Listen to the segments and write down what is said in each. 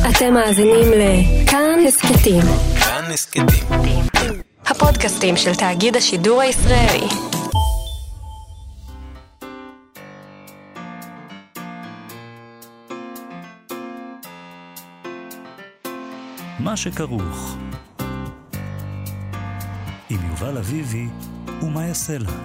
אתם מאזינים לכאן הסכתים. כאן הסכתים. הפודקאסטים של תאגיד השידור הישראלי. מה שכרוך. עם יובל אביבי ומה יעשה לה.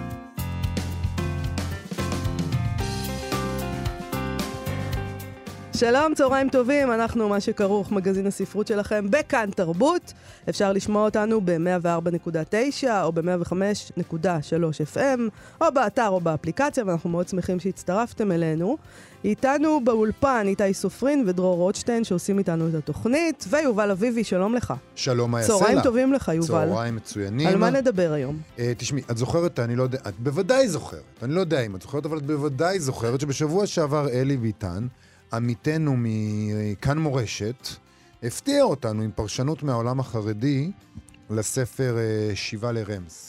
שלום, צהריים טובים, אנחנו מה שכרוך, מגזין הספרות שלכם בכאן תרבות. אפשר לשמוע אותנו ב-104.9 או ב-105.3 FM, או באתר או באפליקציה, ואנחנו מאוד שמחים שהצטרפתם אלינו. איתנו באולפן איתי סופרין ודרור רוטשטיין שעושים איתנו את התוכנית, ויובל אביבי, שלום לך. שלום, מה יעשה לה. צהריים טובים לך, יובל. צהריים מצוינים. על מה נדבר היום? תשמעי, את זוכרת, אני לא יודע, את בוודאי זוכרת, אני לא יודע אם את זוכרת, אבל את בוודאי זוכרת שבשבוע שעבר אלי ביטן, עמיתנו מכאן מורשת, הפתיע אותנו עם פרשנות מהעולם החרדי לספר שיבה לרמס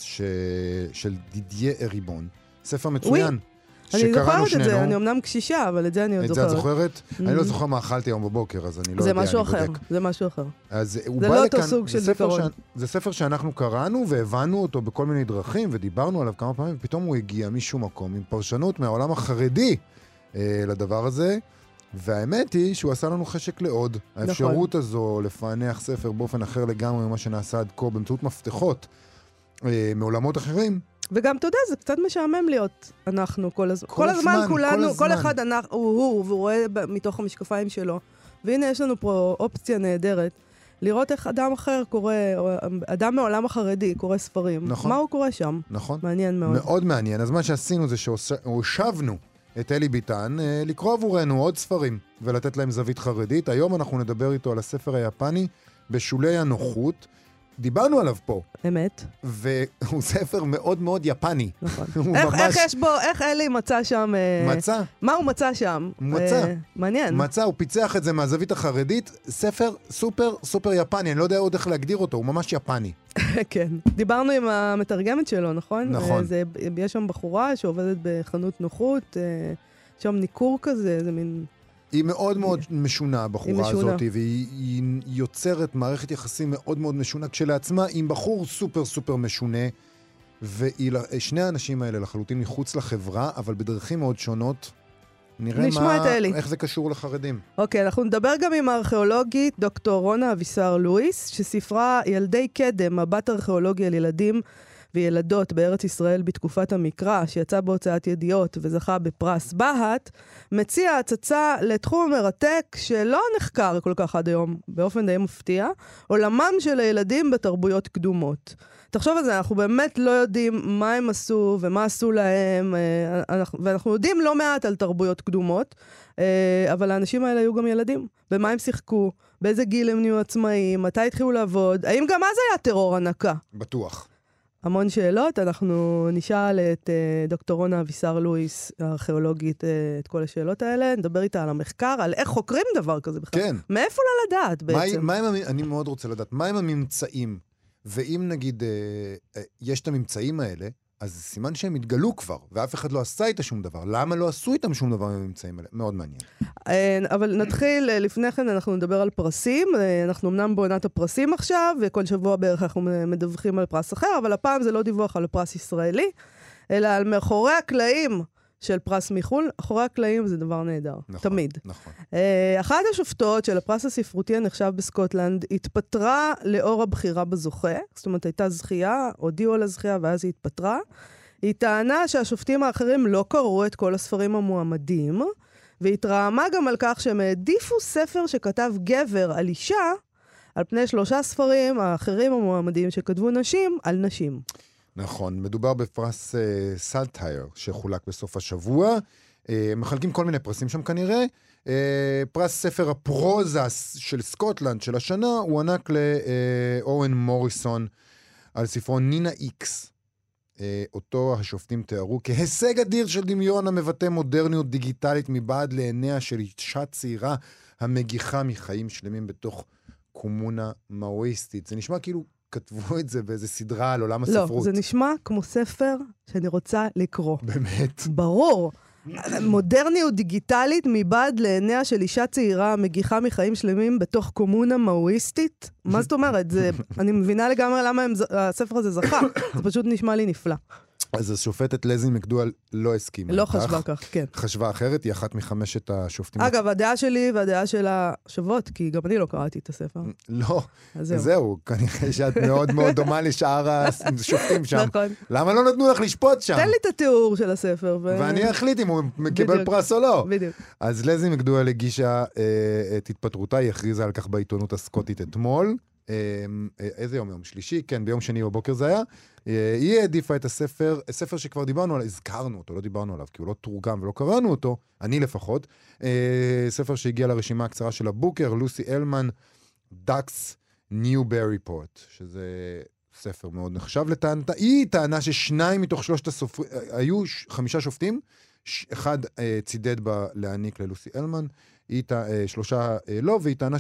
של דידיה אריבון. ספר מצוין. אני זוכרת את זה, אני אמנם קשישה, אבל את זה אני עוד זוכרת. את זה את זוכרת? אני לא זוכר מה אכלתי היום בבוקר, אז אני לא יודע, אני בודק. זה משהו אחר. זה לא אותו סוג של זיכרון. זה ספר שאנחנו קראנו והבנו אותו בכל מיני דרכים, ודיברנו עליו כמה פעמים, ופתאום הוא הגיע משום מקום עם פרשנות מהעולם החרדי לדבר הזה. והאמת היא שהוא עשה לנו חשק לעוד. נכון. האפשרות הזו לפענח ספר באופן אחר לגמרי ממה שנעשה עד כה, באמצעות מפתחות מעולמות אחרים. וגם, אתה יודע, זה קצת משעמם להיות אנחנו כל הזמן. כל הזמן כולנו, כל אחד הוא רואה מתוך המשקפיים שלו. והנה יש לנו פה אופציה נהדרת, לראות איך אדם אחר קורא, אדם מעולם החרדי קורא ספרים. נכון. מה הוא קורא שם? נכון. מעניין מאוד. מאוד מעניין. אז מה שעשינו זה שהושבנו את אלי ביטן, לקרוא עבורנו עוד ספרים ולתת להם זווית חרדית. היום אנחנו נדבר איתו על הספר היפני בשולי הנוחות. דיברנו עליו פה. אמת. והוא ספר מאוד מאוד יפני. נכון. איך יש בו, איך אלי מצא שם? מצא. מה הוא מצא שם? מצא. מעניין. מצא, הוא פיצח את זה מהזווית החרדית. ספר סופר סופר יפני, אני לא יודע עוד איך להגדיר אותו, הוא ממש יפני. כן. דיברנו עם המתרגמת שלו, נכון? נכון. יש שם בחורה שעובדת בחנות נוחות, שם ניקור כזה, זה מין... היא מאוד מאוד משונה, הבחורה הזאת, והיא יוצרת מערכת יחסים מאוד מאוד משונה כשלעצמה, עם בחור סופר סופר משונה, ושני האנשים האלה לחלוטין מחוץ לחברה, אבל בדרכים מאוד שונות. נראה איך זה קשור לחרדים. אוקיי, אנחנו נדבר גם עם הארכיאולוגית דוקטור רונה אבישר לואיס, שספרה ילדי קדם, מבט ארכיאולוגי על ילדים וילדות בארץ ישראל בתקופת המקרא, שיצא בהוצאת ידיעות וזכה בפרס בהט, מציע הצצה לתחום מרתק שלא נחקר כל כך עד היום, באופן די מפתיע, עולמם של הילדים בתרבויות קדומות. תחשוב על זה, אנחנו באמת לא יודעים מה הם עשו ומה עשו להם, ואנחנו יודעים לא מעט על תרבויות קדומות, אבל האנשים האלה היו גם ילדים. במה הם שיחקו, באיזה גיל הם נהיו עצמאיים, מתי התחילו לעבוד, האם גם אז היה טרור ענקה? בטוח. המון שאלות, אנחנו נשאל את דוקטור רונה אבישר לואיס, הארכיאולוגית, את כל השאלות האלה, נדבר איתה על המחקר, על איך חוקרים דבר כזה בכלל. כן. מאיפה לה לדעת בעצם? אני מאוד רוצה לדעת, מה הם הממצאים? ואם נגיד יש את הממצאים האלה, אז סימן שהם התגלו כבר, ואף אחד לא עשה איתה שום דבר. למה לא עשו איתם שום דבר עם הממצאים האלה? מאוד מעניין. אבל נתחיל, לפני כן אנחנו נדבר על פרסים. אנחנו אמנם בעונת הפרסים עכשיו, וכל שבוע בערך אנחנו מדווחים על פרס אחר, אבל הפעם זה לא דיווח על פרס ישראלי, אלא על מאחורי הקלעים של פרס מחול. אחורי הקלעים זה דבר נהדר, נכון, תמיד. נכון. אחת השופטות של הפרס הספרותי הנחשב בסקוטלנד, התפטרה לאור הבחירה בזוכה, זאת אומרת הייתה זכייה, הודיעו על הזכייה ואז היא התפטרה. היא טענה שהשופטים האחרים לא קראו את כל הספרים המועמדים, והתרעמה גם על כך שהם העדיפו ספר שכתב גבר על אישה, על פני 3 ספרים האחרים המועמדים שכתבו נשים על נשים. נכון, מדובר בפרס סלטייר שחולק בסוף השבוע, מחלקים כל מיני פרסים שם כנראה, פרס ספר הפרוזה של סקוטלנד של השנה, הוא ענק לאורן מוריסון על ספרו נינה איקס, אותו השופטים תיארו כהישג אדיר של דמיון המבטא מודרניות דיגיטלית מבעד לעיניה של אישה צעירה המגיחה מחיים שלמים בתוך קומונה מאואיסטית. זה נשמע כאילו כתבו את זה באיזה סדרה על עולם הספרות. לא, זה נשמע כמו ספר שאני רוצה לקרוא. באמת? ברור. מודרניות דיגיטלית מבעד לעיניה של אישה צעירה מגיחה מחיים שלמים בתוך קומונה מאואיסטית. מה זאת אומרת? אני מבינה לגמרי למה הספר הזה זכה. זה פשוט נשמע לי נפלא. אז השופטת לזי מקדואל לא הסכימה. לא חשבה כך, כן. חשבה אחרת, היא אחת מחמשת השופטים. אגב, הדעה שלי והדעה שלה שוות, כי גם אני לא קראתי את הספר. לא, זהו, כנראה שאת מאוד מאוד דומה לשאר השופטים שם. נכון. למה לא נתנו לך לשפוט שם? תן לי את התיאור של הספר. ואני אחליט אם הוא מקבל פרס או לא. בדיוק. אז לזי מקדואל הגישה את התפטרותה, היא הכריזה על כך בעיתונות הסקוטית אתמול. איזה יום? יום שלישי? כן, ביום שני בבוקר זה היה. היא העדיפה את הספר שכבר דיברנו עליו, הזכרנו אותו, לא דיברנו עליו, כי הוא לא תורגם ולא קראנו אותו, אני לפחות. ספר שהגיע לרשימה הקצרה של הבוקר, לוסי אלמן, דאקס ניוברי פורט, שזה ספר מאוד נחשב לטענתה. היא טענה ששניים מתוך שלושת הסופרים, היו 5 שופטים, אחד צידד בה להעניק ללוסי אלמן, שלושה לא, והיא טענה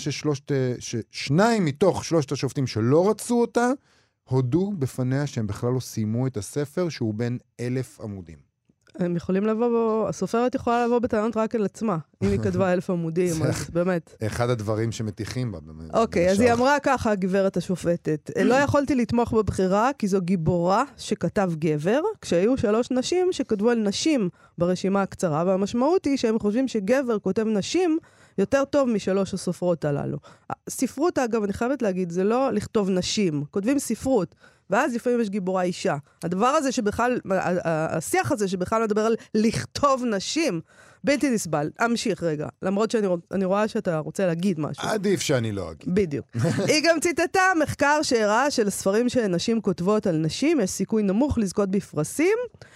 ששניים מתוך 3 השופטים שלא רצו אותה, הודו בפניה שהם בכלל לא סיימו את הספר, שהוא בין 1,000 עמודים. הם יכולים לבוא, הסופרת יכולה לבוא בטענות רק על עצמה, אם היא כתבה 1,000 עמודים, אז באמת. אחד הדברים שמתיחים בה. אוקיי, אז היא אמרה ככה, הגברת השופטת, לא יכולתי לתמוך בבחירה, כי זו גיבורה שכתב גבר, כשהיו 3 נשים שכתבו על נשים ברשימה הקצרה, והמשמעות היא שהם חושבים שגבר כותב נשים יותר טוב מ3 הסופרות הללו. ספרות, אגב, אני חייבת להגיד, זה לא לכתוב נשים, כותבים ספרות. ואז לפעמים יש גיבורה אישה. הדבר הזה שבכלל, השיח הזה שבכלל מדבר על לכתוב נשים, בלתי נסבל. אמשיך רגע, למרות שאני רואה שאתה רוצה להגיד משהו. עדיף שאני לא אגיד. בדיוק. היא גם ציטטה מחקר שהראה שלספרים שנשים כותבות על נשים, יש סיכוי נמוך לזכות בפרסים,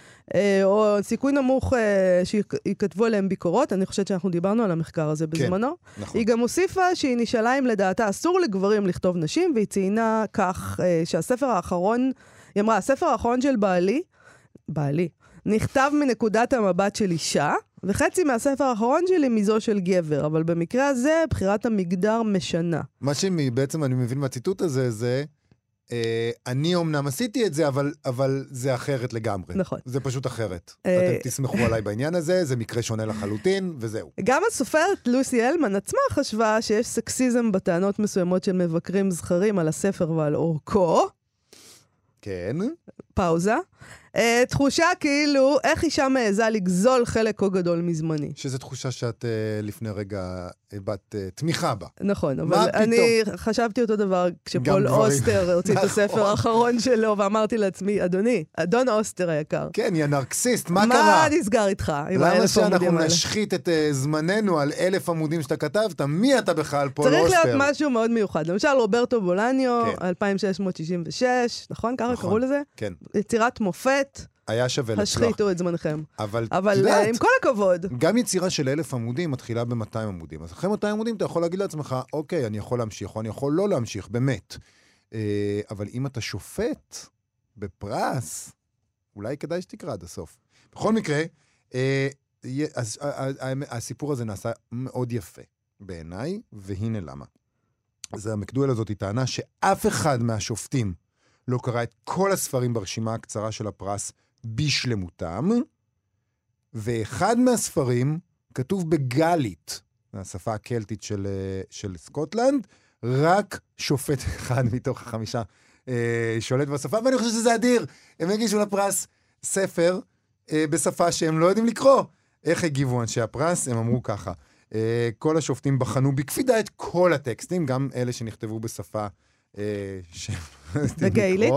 או סיכוי נמוך שיכתבו עליהם ביקורות. אני חושבת שאנחנו דיברנו על המחקר הזה בזמנו. כן, נכון. היא גם הוסיפה שהיא נשאלה אם לדעתה אסור לגברים לכתוב נשים, והיא ציינה כך שהספר האחרון, היא אמרה, הספר האחרון של בעלי, נכתב מנקודת המבט של אישה, וחצי מהספר האחרון שלי מזו של גבר, אבל במקרה הזה בחירת המגדר משנה. מה שבעצם אני מבין מהציטוט הזה, זה אני אומנם עשיתי את זה, אבל זה אחרת לגמרי. נכון. זה פשוט אחרת. אתם תסמכו עליי בעניין הזה, זה מקרה שונה לחלוטין, וזהו. גם הסופרת לוסי אלמן עצמה חשבה שיש סקסיזם בטענות מסוימות של מבקרים זכרים על הספר ועל אורכו. כן. פאוזה. תחושה כאילו, איך אישה מעזה לגזול חלק כה גדול מזמני. שזו תחושה שאת לפני רגע בת תמיכה בה. נכון, אבל אני חשבתי אותו דבר כשפול אוסטר הוציא את הספר האחרון שלו, ואמרתי לעצמי, אדון אוסטר היקר. כן, יא נרקסיסט, מה קרה? מה נסגר איתך? למה שאנחנו נשחית את זמננו על 1,000 עמודים שאתה כתבת? מי אתה בכלל, פול אוסטר? צריך להיות משהו מאוד מיוחד. למשל, רוברטו בולניו, 2666, נכון? ככה קראו לזה? כן. יצירת מופת. היה שווה לצלוח. השחיתו את זמנכם. אבל עם כל הכבוד. גם יצירה של 1,000 עמודים מתחילה ב-200 עמודים. אז אחרי 200 עמודים אתה יכול להגיד לעצמך, אוקיי, אני יכול להמשיך, או אני יכול לא להמשיך, באמת. אבל אם אתה שופט בפרס, אולי כדאי שתקרא עד הסוף. בכל מקרה, הסיפור הזה נעשה מאוד יפה בעיניי, והנה למה. אז המקדואל הזאת היא טענה שאף אחד מהשופטים לא קרא את כל הספרים ברשימה הקצרה של הפרס בשלמותם, ואחד מהספרים כתוב בגלית, השפה הקלטית של סקוטלנד, רק שופט אחד מתוך 5 שולט בשפה, ואני חושב שזה אדיר. הם הגישו לפרס ספר בשפה שהם לא יודעים לקרוא. איך הגיבו אנשי הפרס? הם אמרו ככה, כל השופטים בחנו בקפידה את כל הטקסטים, גם אלה שנכתבו בשפה בגלית.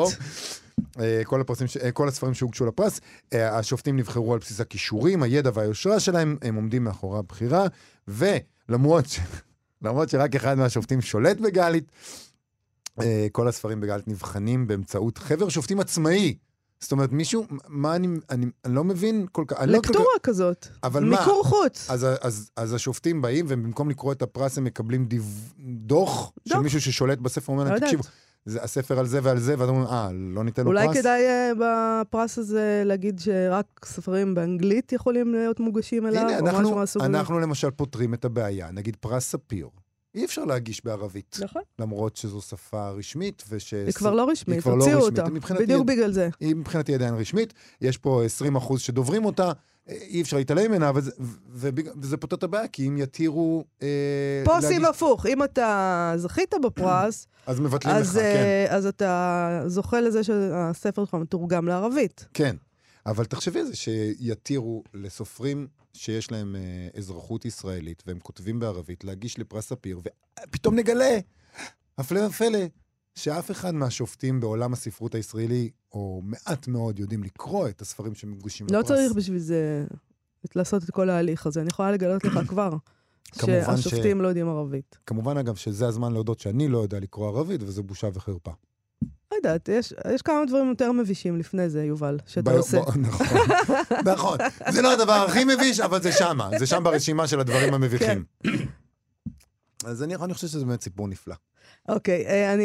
כל הספרים שהוגשו לפרס, השופטים נבחרו על בסיס הכישורים, הידע והיושרה שלהם, הם עומדים מאחורי הבחירה, ולמרות שרק אחד מהשופטים שולט בגלית, כל הספרים בגלית נבחנים באמצעות חבר שופטים עצמאי. זאת אומרת, מישהו, מה אני לא מבין כל כך... לקטורה כזאת. אבל מה? מיקור חוץ. אז השופטים באים, ובמקום לקרוא את הפרס, הם מקבלים דוח של מישהו ששולט בספר, אומר להם, תקשיבו, זה הספר על זה ועל זה, ואתם אומרים, לא ניתן לו פרס? אולי כדאי בפרס הזה להגיד שרק ספרים באנגלית יכולים להיות מוגשים אליו, או משהו מהסוג הזה. אנחנו למשל פותרים את הבעיה, נגיד פרס ספיר, אי אפשר להגיש בערבית. נכון. למרות שזו שפה רשמית, היא כבר לא רשמית, הוציאו אותה. בדיוק בגלל זה. היא מבחינתי עדיין רשמית, יש פה 20% שדוברים אותה, אי אפשר להתעלם ממנה, וזה פותר את הבעיה, כי אם יתירו... פה עושים הפוך, אם אתה זכית בפרס, אז מבטלים לך, כן. אז אתה זוכה לזה שהספר שלך מתורגם לערבית. כן, אבל תחשבי זה שיתירו לסופרים שיש להם אזרחות ישראלית, והם כותבים בערבית, להגיש לפרס ספיר, ופתאום נגלה, הפלא ופלא, שאף אחד מהשופטים בעולם הספרות הישראלי, או מעט מאוד יודעים לקרוא את הספרים שמגושים לפרס. לא צריך בשביל זה לעשות את כל ההליך הזה. אני יכולה לגלות לך כבר שהשופטים לא יודעים ערבית. כמובן, אגב, שזה הזמן להודות שאני לא יודע לקרוא ערבית, וזה בושה וחרפה. לא יודעת, יש כמה דברים יותר מבישים לפני זה, יובל, שאתה עושה. נכון, נכון. זה לא הדבר הכי מביש, אבל זה שמה. זה שם ברשימה של הדברים המביכים. אז אני חושב שזה באמת סיפור נפלא. אוקיי,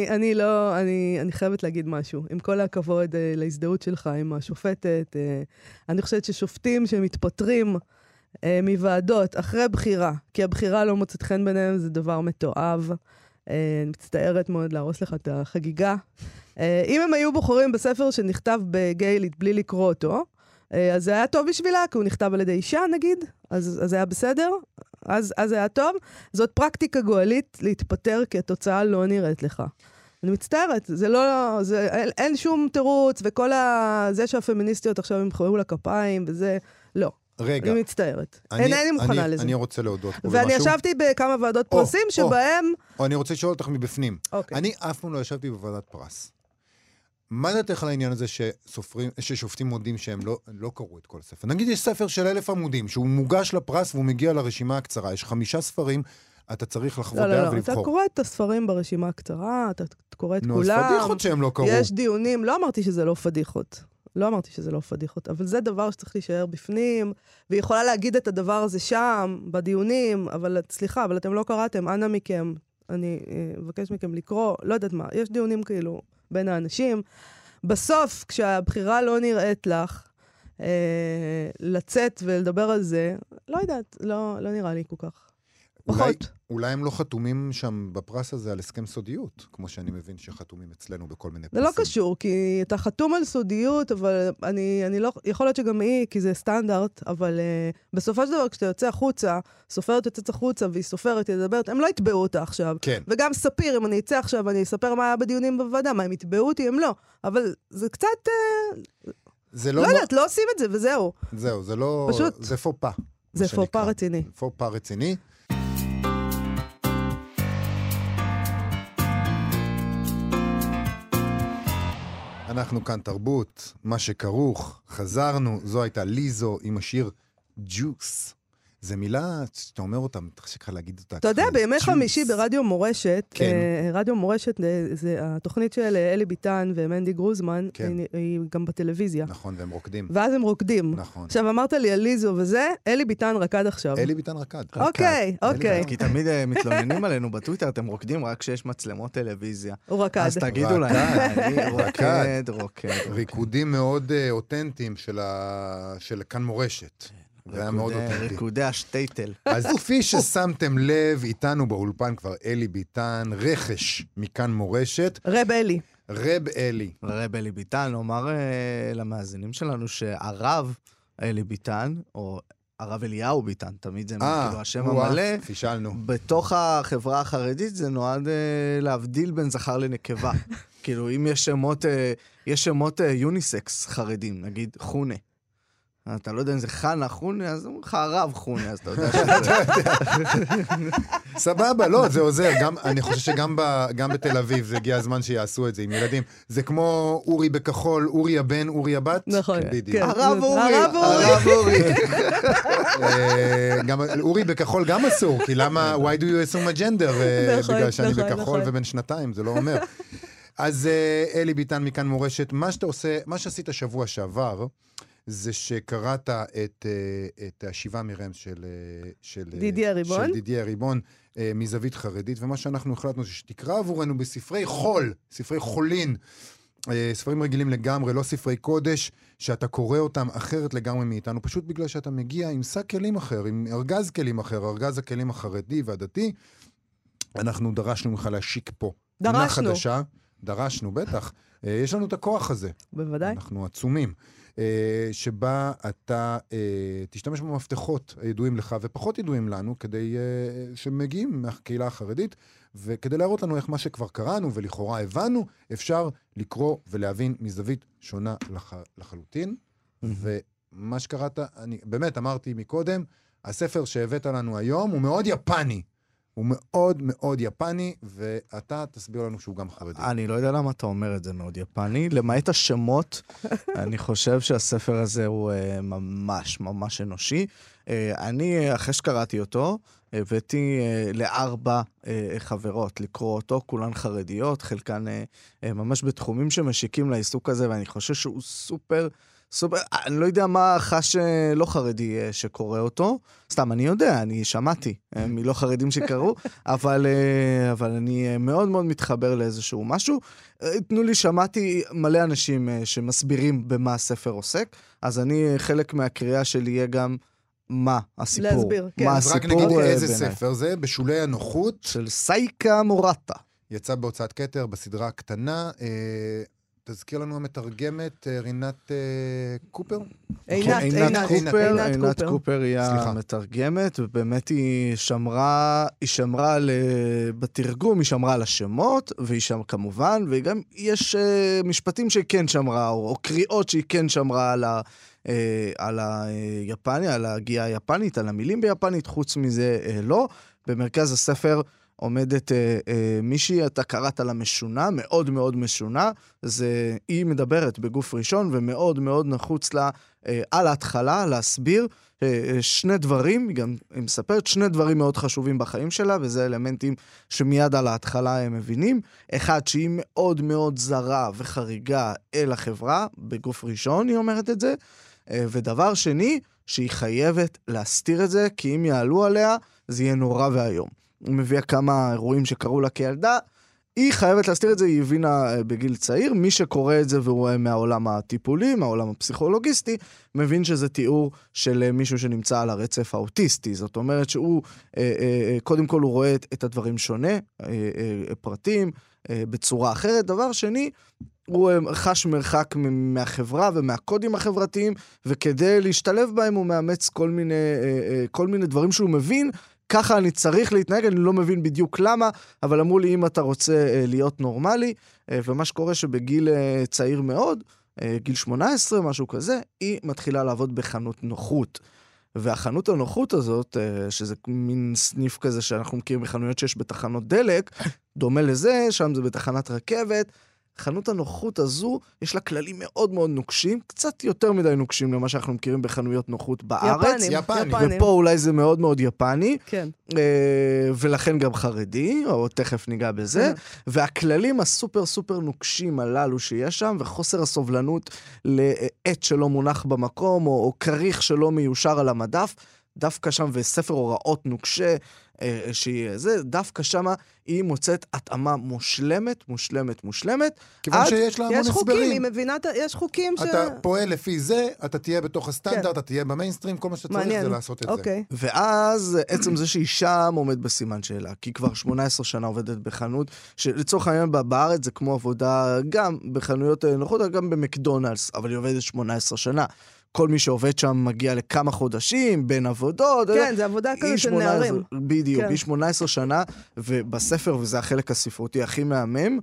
אני חייבת להגיד משהו. עם כל הכבוד להזדהות שלך עם השופטת, אני חושבת ששופטים שמתפטרים מוועדות אחרי בחירה, כי הבחירה לא מוצאת חן ביניהם, זה דבר מתועב. אני מצטערת מאוד להרוס לך את החגיגה. אם הם היו בוחרים בספר שנכתב בגיילית בלי לקרוא אותו, אז זה היה טוב בשבילה, כי הוא נכתב על ידי אישה נגיד, אז זה היה בסדר, אז זה היה טוב. זאת פרקטיקה גואלית להתפטר כי התוצאה לא נראית לך. אני מצטערת, אין שום תירוץ, וכל זה שהפמיניסטיות עכשיו הם חוו לכפיים, וזה, לא. רגע. אני מצטערת. אינני מוכנה לזה. אני רוצה להודות פה ואני ישבתי בכמה ועדות פרסים שבהם... אני רוצה לשאול אותך מבפנים. אוקיי. אני אף פעם לא ישבתי בוועדת פרס. מה דעתך על העניין הזה ששופטים מודים שהם לא קראו את כל הספר? נגיד יש ספר של 1,000 עמודים, שהוא מוגש לפרס והוא מגיע לרשימה הקצרה. יש 5 ספרים, אתה צריך לחוות דעה ולבחור. אתה קורא את הספרים ברשימה הקצרה, אתה קורא את כולם. נו, אז פדיחות שהם לא קראו. יש דיונים, לא אמרתי שזה לא פדיחות. לא אמרתי שזה לא פדיחות, אבל זה דבר שצריך להישאר בפנים, והיא יכולה להגיד את הדבר הזה שם, בדיונים, אבל סליחה, אבל אתם לא קראתם, אנא מכם, אני מבקש מכם לקרוא, לא יודעת מה, יש דיונים כאילו בין האנשים. בסוף, כשהבחירה לא נראית לך, לצאת ולדבר על זה, לא יודעת, לא נראה לי כל כך. פחות. אולי הם לא חתומים שם בפרס הזה על הסכם סודיות, כמו שאני מבין שחתומים אצלנו בכל מיני פרסים. זה לא קשור, כי אתה חתום על סודיות, אבל אני לא, יכול להיות שגם היא, כי זה סטנדרט, אבל בסופו של דבר, כשאתה יוצא החוצה, סופרת יוצאת החוצה, והיא סופרת, היא מדברת, הם לא יתבעו אותה עכשיו. כן. וגם ספיר, אם אני אצא עכשיו, אני אספר מה היה בדיונים בוועדה, מה הם יתבעו אותי, הם לא. אבל זה קצת... לא יודעת, לא עושים את זה, וזהו. זהו, זה לא... פשוט. זה פופה. זה פופה רציני. פופה רציני. אנחנו כאן תרבות, מה שכרוך, חזרנו, זו הייתה ליזו עם השיר ג'וס. זו מילה שאתה אומר אותה, תחשק לך להגיד אותה. אתה יודע, בימי חמישי ברדיו מורשת, רדיו מורשת זה התוכנית של אלי ביטן ומנדי גרוזמן, היא גם בטלוויזיה. נכון, והם רוקדים. ואז הם רוקדים. נכון. עכשיו אמרת לי על ליזו וזה, אלי ביטן רקד עכשיו. אלי ביטן רקד. אוקיי. כי תמיד מתלוננים עלינו בטוויטר, אתם רוקדים רק כשיש מצלמות טלוויזיה. הוא רקד. אז תגידו להם, רוקד. ריקודים מאוד אותנטיים של כאן מורשת. ריקודי השטייטל. אז כפי ששמתם לב, איתנו באולפן כבר אלי ביטן, רכש מכאן מורשת. רב אלי. רב אלי ביטן, נאמר למאזינים שלנו שהרב אלי ביטן, או הרב אליהו ביטן, תמיד זה כאילו השם המלא, פישלנו. בתוך החברה החרדית זה נועד להבדיל בין זכר לנקבה. כאילו אם יש שמות יוניסקס חרדים, נגיד חונה. אתה לא יודע אם זה חנה חונה, אז הוא לך הרב חונה, אז אתה יודע שזה... סבבה, לא, זה עוזר. אני חושב שגם בתל אביב זה הגיע הזמן שיעשו את זה עם ילדים. זה כמו אורי בכחול, אורי הבן, אורי הבת. נכון. בדיוק. הרב אורי. גם אורי בכחול גם אסור, כי למה, why do you assume a gender? בגלל שאני בכחול ובן שנתיים, זה לא אומר. אז אלי ביטן מכאן מורשת, מה שעשית שבוע שעבר, זה שקראת את השיבה מרמס של דידיה ריבון מזווית חרדית, ומה שאנחנו החלטנו שתקרא עבורנו בספרי חול, ספרי חולין, ספרים רגילים לגמרי, לא ספרי קודש, שאתה קורא אותם אחרת לגמרי מאיתנו, פשוט בגלל שאתה מגיע עם שק כלים אחר, עם ארגז כלים אחר, ארגז הכלים החרדי והדתי, אנחנו דרשנו ממך להשיק פה. דרשנו. עונה חדשה. דרשנו, בטח. יש לנו את הכוח הזה. בוודאי. אנחנו עצומים. שבה אתה תשתמש במפתחות הידועים לך ופחות ידועים לנו, כדי שמגיעים מהקהילה החרדית, וכדי להראות לנו איך מה שכבר קראנו ולכאורה הבנו, אפשר לקרוא ולהבין מזווית שונה לחלוטין. ומה שקראת, אני באמת אמרתי מקודם, הספר שהבאת לנו היום הוא מאוד יפני. הוא מאוד מאוד יפני, ואתה תסביר לנו שהוא גם חרדי. אני לא יודע למה אתה אומר את זה מאוד יפני. למעט השמות, אני חושב שהספר הזה הוא ממש ממש אנושי. אני, אחרי שקראתי אותו, הבאתי ל4 חברות לקרוא אותו, כולן חרדיות, חלקן ממש בתחומים שמשיקים לעיסוק הזה, ואני חושב שהוא סופר, אני לא יודע מה חש לא חרדי שקורא אותו, סתם אני יודע, אני שמעתי מלא חרדים שקראו, אבל אני מאוד מאוד מתחבר לאיזשהו משהו. תנו לי, שמעתי מלא אנשים שמסבירים במה הספר עוסק, אז חלק מהקריאה שלי יהיה גם מה הסיפור. להסביר, כן. אז רק נגיד איזה ספר זה, בשולי הנוחות. של סייקה מורטה. יצא בהוצאת כתר, בסדרה הקטנה. תזכיר לנו המתרגמת, רינת קופר? עינת קופר היא המתרגמת, ובאמת היא שמרה בתרגום, היא שמרה על השמות, והיא שם כמובן, וגם יש משפטים שהיא כן שמרה, או קריאות שהיא כן שמרה על היפני, על הגיעה היפנית, על המילים ביפנית, חוץ מזה לא. במרכז הספר עומדת מישהי, אתה קראת לה משונה, מאוד מאוד משונה, היא מדברת בגוף ראשון, ומאוד מאוד נחוץ לה על ההתחלה להסביר 2 דברים, היא מספרת 2 דברים מאוד חשובים בחיים שלה, וזה אלמנטים שמיד על ההתחלה הם מבינים. אחד, שהיא מאוד מאוד זרה וחריגה אל החברה, בגוף ראשון היא אומרת את זה, ודבר שני, שהיא חייבת להסתיר את זה, כי אם יעלו עליה, זה יהיה נורא והיום. היא מביאה כמה אירועים שקראו לה כילדה, היא חייבת להסתיר את זה, היא הבינה בגיל צעיר, מי שקורא את זה והוא מהעולם הטיפולי, מהעולם הפסיכולוגיסטי, מבין שזה תיאור של מישהו שנמצא על הרצף האוטיסטי, זאת אומרת שהוא, קודם כל הוא רואה את הדברים שונה, פרטים, בצורה אחרת. דבר שני, הוא חש מרחק מהחברה ומהקודים החברתיים, וכדי להשתלב בהם הוא מאמץ כל מיני דברים שהוא מבין, ככה אני צריך להתנהג, אני לא מבין בדיוק למה, אבל אמרו לי, אם אתה רוצה להיות נורמלי, ומה שקורה שבגיל צעיר מאוד, גיל 18, משהו כזה, היא מתחילה לעבוד בחנות נוחות. והחנות הנוחות הזאת, שזה מין סניף כזה שאנחנו מכירים בחנויות שיש בתחנות דלק, דומה לזה, שם זה בתחנת רכבת, חנות הנוחות הזו, יש לה כללים מאוד מאוד נוקשים, קצת יותר מדי נוקשים למה שאנחנו מכירים בחנויות נוחות בארץ. יפנים. ופה אולי זה מאוד מאוד יפני. כן. ולכן גם חרדי, או תכף ניגע בזה. והכללים הסופר סופר נוקשים הללו שיש שם, וחוסר הסובלנות לעט שלא מונח במקום, או כריך שלא מיושר על המדף, דווקא שם, וספר הוראות נוקשה, דווקא שמה היא מוצאת התאמה מושלמת. כיוון שיש לה המון הסברים. יש חוקים, היא מבינה, יש חוקים אתה פועל לפי זה, אתה תהיה בתוך הסטנדרט, אתה תהיה במיינסטרים, כל מה שאתה צריך זה לעשות את זה. ואז עצם זה שהיא שם עומד בסימן שאלה, כי כבר 18 שנה עובדת בחנות, שלצורך העניין בארץ זה כמו עבודה גם בחנויות נוחות, גם במקדונלדס, אבל היא עובדת 18 שנה. כל מי שעובד שם מגיע לכמה חודשים, בין עבודות. כן, זה עבודה כזה של נערים. בדיוק, היא 18 שנה, ובספר, וזה החלק הספרותי הכי מהמם,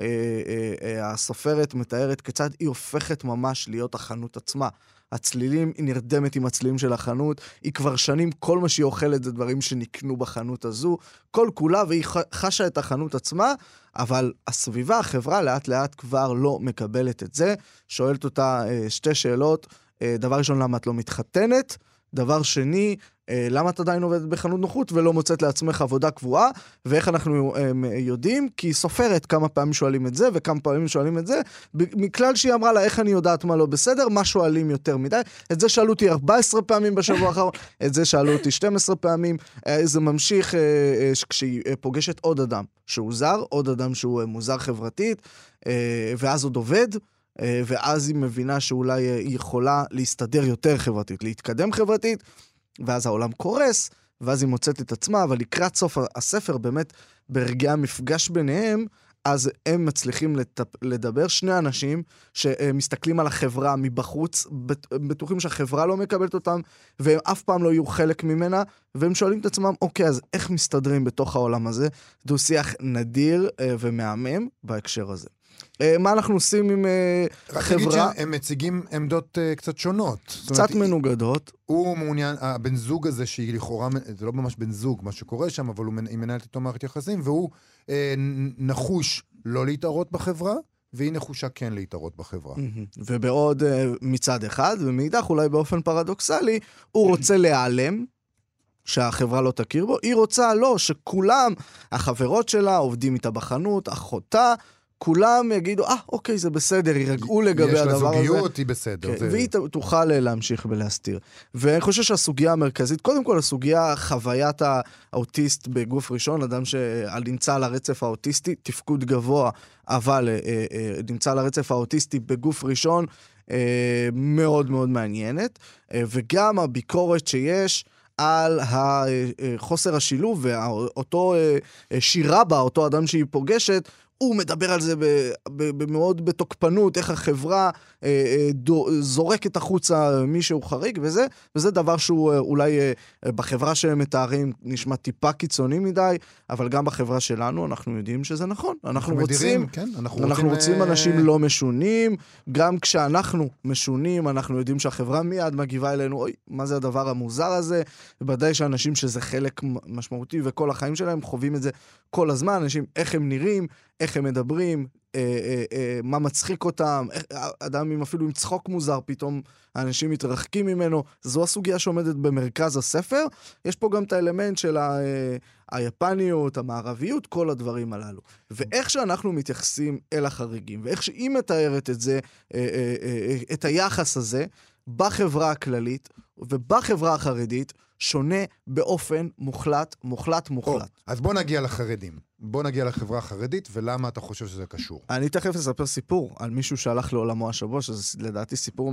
הסופרת מתארת כיצד היא הופכת ממש להיות החנות עצמה. הצלילים, היא נרדמת עם הצלילים של החנות, היא כבר שנים, כל מה שהיא אוכלת זה דברים שנקנו בחנות הזו, כל כולה, והיא חשה את החנות עצמה, אבל הסביבה, החברה, לאט לאט כבר לא מקבלת את זה. שואלת אותה 2 שאלות, דבר ראשון, למה את לא מתחתנת? דבר שני, למה את עדיין עובדת בחנות נוחות ולא מוצאת לעצמך עבודה קבועה? ואיך אנחנו יודעים? כי היא סופרת כמה פעמים שואלים את זה וכמה פעמים שואלים את זה, מכלל שהיא אמרה לה איך אני יודעת מה לא בסדר, מה שואלים יותר מדי. את זה שאלו אותי 14 פעמים בשבוע האחרון, את זה שאלו אותי 12 פעמים. זה ממשיך כשהיא פוגשת עוד אדם שהוא זר, עוד אדם שהוא מוזר חברתית, ואז עוד עובד, ואז היא מבינה שאולי היא יכולה להסתדר יותר חברתית, להתקדם חברתית, ואז העולם קורס, ואז היא מוצאת את עצמה, אבל לקראת סוף הספר, באמת, ברגעי המפגש ביניהם, אז הם מצליחים לדבר, שני אנשים שמסתכלים על החברה מבחוץ, בטוחים שהחברה לא מקבלת אותם, והם אף פעם לא יהיו חלק ממנה, והם שואלים את עצמם, אוקיי, אז איך מסתדרים בתוך העולם הזה? דו שיח נדיר ומהמם בהקשר הזה. מה אנחנו עושים עם חברה? הם מציגים עמדות קצת שונות. קצת מנוגדות. הוא מעוניין, הבן זוג הזה שהיא לכאורה, זה לא ממש בן זוג, מה שקורה שם, אבל היא מנהלת איתו מערכת יחסים, והוא נחוש לא להתערות בחברה, והיא נחושה כן להתערות בחברה. ובעוד מצד אחד, ומאידך אולי באופן פרדוקסלי, הוא רוצה להיעלם, שהחברה לא תכיר בו, היא רוצה לא, שכולם, החברות שלה, עובדים איתה בחנות, אחותה, כולם יגידו, אוקיי, זה בסדר, יירגעו לגבי הדבר הזה. יש לה זוגיות, היא בסדר. כן, והיא תוכל להמשיך ולהסתיר. ואני חושב שהסוגיה המרכזית, קודם כל הסוגיה, חוויית האוטיסט בגוף ראשון, אדם שנמצא על הרצף האוטיסטי, תפקוד גבוה, אבל נמצא על הרצף האוטיסטי בגוף ראשון, מאוד מאוד מעניינת. וגם הביקורת שיש על חוסר השילוב, ואותו שירה בה, אותו אדם שהיא פוגשת, הוא מדבר על זה מאוד בתוקפנות, איך החברה זורקת החוצה מישהו חריג, וזה דבר שהוא אולי בחברה שהם מתארים נשמע טיפה קיצוני מדי, אבל גם בחברה שלנו אנחנו יודעים שזה נכון. אנחנו רוצים אנשים לא משונים, גם כשאנחנו משונים, אנחנו יודעים שהחברה מיד מגיבה אלינו, אוי, מה זה הדבר המוזר הזה? ובוודאי שאנשים שזה חלק משמעותי, וכל החיים שלהם חווים את זה כל הזמן, אנשים איך הם נראים, איך הם מדברים, מה מצחיק אותם, אדם אפילו עם צחוק מוזר, פתאום האנשים מתרחקים ממנו, זו הסוגיה שעומדת במרכז הספר. יש פה גם את האלמנט של היפניות, המערביות, כל הדברים הללו. ואיך שאנחנו מתייחסים אל החריגים, ואיך שהיא מתארת את זה, את היחס הזה, בחברה הכללית ובחברה החרדית, שונה באופן מוחלט. אז בוא נגיע לחרדים. בוא נגיע לחברה החרדית, ולמה אתה חושב שזה קשור? אני תכף אספר סיפור על מישהו שהלך לעולמו השבוע, שזה לדעתי סיפור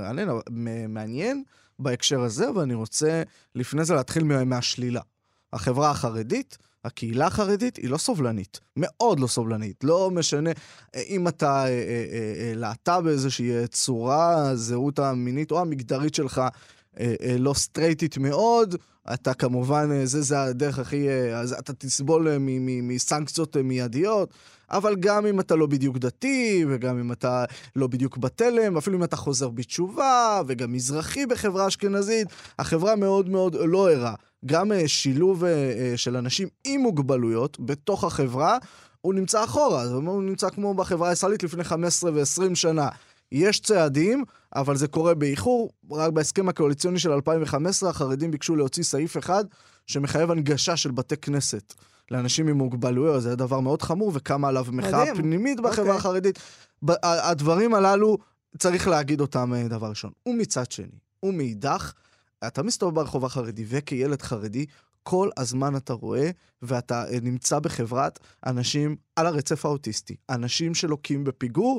מעניין בהקשר הזה, ואני רוצה לפני זה להתחיל מהשלילה. החברה החרדית, הקהילה החרדית, היא לא סובלנית. מאוד לא סובלנית. לא משנה אם אתה להטה באיזושהי צורה, זהות המינית או המגדרית שלך, לא סטרייטית מאוד, אתה כמובן, זה הדרך הכי, אתה תסבול מסנקציות מיידיות, אבל גם אם אתה לא בדיוק דתי, וגם אם אתה לא בדיוק בתלם, אפילו אם אתה חוזר בתשובה, וגם מזרחי בחברה אשכנזית, החברה מאוד מאוד לא ערה. גם שילוב של אנשים עם מוגבלויות בתוך החברה, הוא נמצא אחורה, הוא נמצא כמו בחברה הישראלית לפני 15 ו-20 שנה. יש צעדים, אבל זה קורה באיחור. רק בהסכם הקואליציוני של 2015, החרדים ביקשו להוציא סעיף אחד שמחייב הנגשה של בתי כנסת לאנשים עם מוגבלויות. זה דבר מאוד חמור, וכמה עליו מחאה פנימית בחברה החרדית. הדברים הללו, צריך להגיד אותם דבר ראשון. ומצד שני, ומאידך, אתה מסתובב ברחוב החרדי, וכילד חרדי, כל הזמן אתה רואה, ואתה נמצא בחברת אנשים על הרצף האוטיסטי. אנשים שלוקים בפיגור,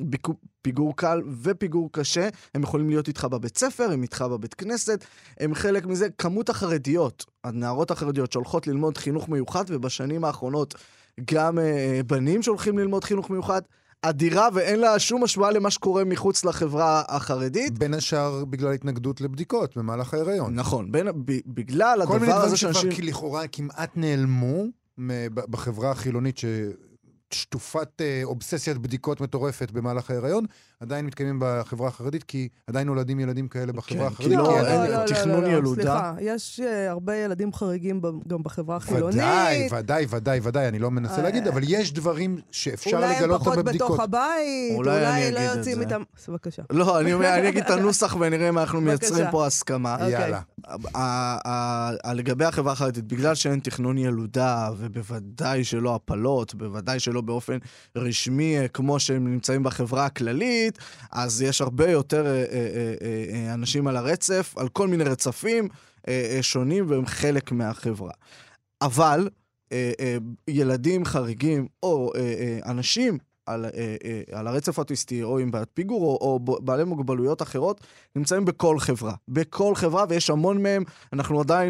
פיגור קל ופיגור קשה, הם יכולים להיות איתך בבית ספר, הם איתך בבית כנסת, הם חלק מזה. כמות החרדיות, הנערות החרדיות שהולכות ללמוד חינוך מיוחד, ובשנים האחרונות גם בנים שהולכים ללמוד חינוך מיוחד, אדירה, ואין לה שום השוואה למה שקורה מחוץ לחברה החרדית. בין השאר בגלל התנגדות לבדיקות במהלך ההיריון. נכון, בגלל הדבר הזה כל מיני דברים שכבר לכאורה כמעט נעלמו בחברה החילונית שטופת אובססיית בדיקות מטורפת במהלך ההיריון, עדיין מתקיימים בחברה החרדית, כי עדיין נולדים ילדים כאלה בחברה החרדית. לא, תכנון ילודה. סליחה, יש הרבה ילדים חריגים גם בחברה החילונית. ודאי, אני לא מנסה להגיד, אבל יש דברים שאפשר לגלות אותם בבדיקות. אולי הם פחות בתוך הבית, אולי לא יוצאים איתם. בבקשה. לא, אני אגיד את הנוסח ונראה מה אנחנו מייצרים פה הסכמה. יאללה. לגבי החברה החרדית, בגלל שאין תכנון ילודה, ובוודאי שלא הפלות, בוודאי שלא באופן רשמי, כמו שהם נמצאים בחברה הכללית, אז יש הרבה יותר אנשים על הרצף, על כל מיני רצפים שונים, והם חלק מהחברה. אבל ילדים חריגים, או אנשים על הרצף האוטיסטי, או עם בעיית פיגור, או בעלי מוגבלויות אחרות, נמצאים בכל חברה. בכל חברה, ויש המון מהם, אנחנו עדיין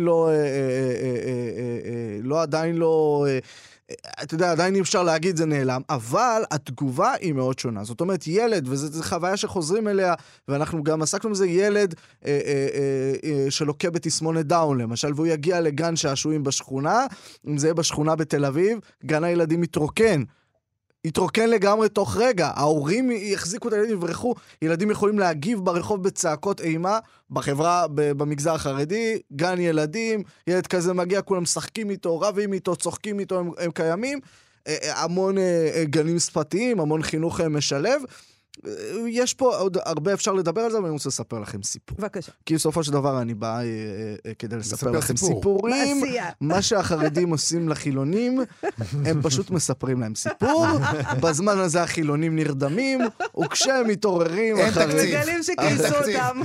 לא, אתה יודע, עדיין אי אפשר להגיד זה נעלם, אבל התגובה היא מאוד שונה. זאת אומרת, ילד, וזו חוויה שחוזרים אליה, ואנחנו גם עסקנו בזה, ילד שלוקה בתסמונת דאון, למשל, והוא יגיע לגן שעשועים בשכונה, אם זה יהיה בשכונה בתל אביב, גן הילדים יתרוקן לגמרי תוך רגע. ההורים יחזיקו את הילדים, יברחו, ילדים יכולים להגיב ברחוב בצעקות אימה, בחברה, במגזר החרדי, גן ילדים, ילד כזה מגיע, כולם משחקים איתו, רבים איתו, צוחקים איתו, הם קיימים, המון גנים שפתיים, המון חינוך משלב, יש פה עוד הרבה אפשר לדבר על זה, אבל אני רוצה לספר לכם סיפור. בבקשה. כי בסופו של דבר אני בא כדי לספר לכם סיפורים. מה שהחרדים עושים לחילונים, הם פשוט מספרים להם סיפור. בזמן הזה החילונים נרדמים, וכשהם מתעוררים... אין תקציב. מגלים שכייסו אותם.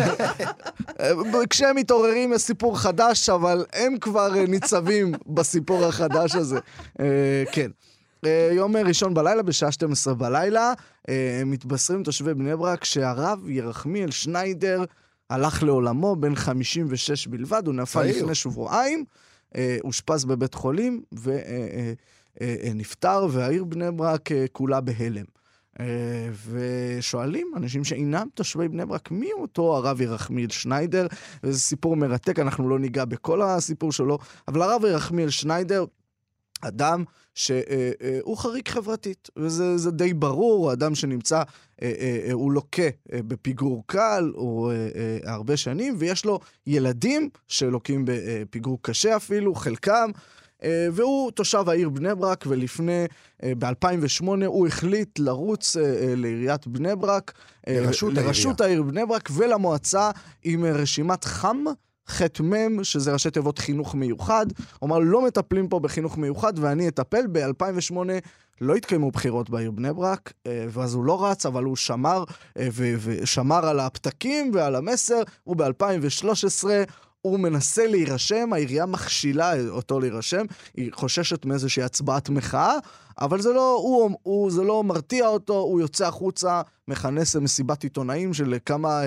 כשהם מתעוררים יש סיפור חדש, אבל הם כבר ניצבים בסיפור החדש הזה. כן. יום ראשון בלילה, בשעה 12 בלילה, מתבשרים תושבי בני ברק שהרב ירחמיאל שניידר הלך לעולמו, בן 56 בלבד, הוא נפל לפני שבועיים, הושפז בבית חולים ונפטר, והעיר בני ברק כולה בהלם. ושואלים אנשים שאינם תושבי בני ברק, מי אותו הרב ירחמיאל שניידר? וזה סיפור מרתק, אנחנו לא ניגע בכל הסיפור שלו, אבל הרב ירחמיאל שניידר, אדם שהוא חריג חברתית, וזה די ברור, האדם שנמצא, הוא לוקה בפיגור קל, הוא הרבה שנים, ויש לו ילדים שלוקים בפיגור קשה אפילו, חלקם, והוא תושב העיר בני ברק, ולפני, ב-2008 הוא החליט לרוץ לעיריית בני ברק, לרשות העיר בני ברק, ולמועצה עם רשימת חתמם, שזה ראשי תיבות חינוך מיוחד, אומר, לא מטפלים פה בחינוך מיוחד, ואני אטפל. ב-2008 לא התקיימו בחירות בעיר בני ברק, ואז הוא לא רץ, אבל הוא שמר על הפתקים ועל המסר, וב-2013 הוא מנסה להירשם, העירייה מכשילה אותו להירשם, היא חוששת מאיזושהי הצבעת מחאה, אבל זה לא מרתיע אותו, הוא יוצא החוצה, מכנס מסיבת עיתונאים של כמה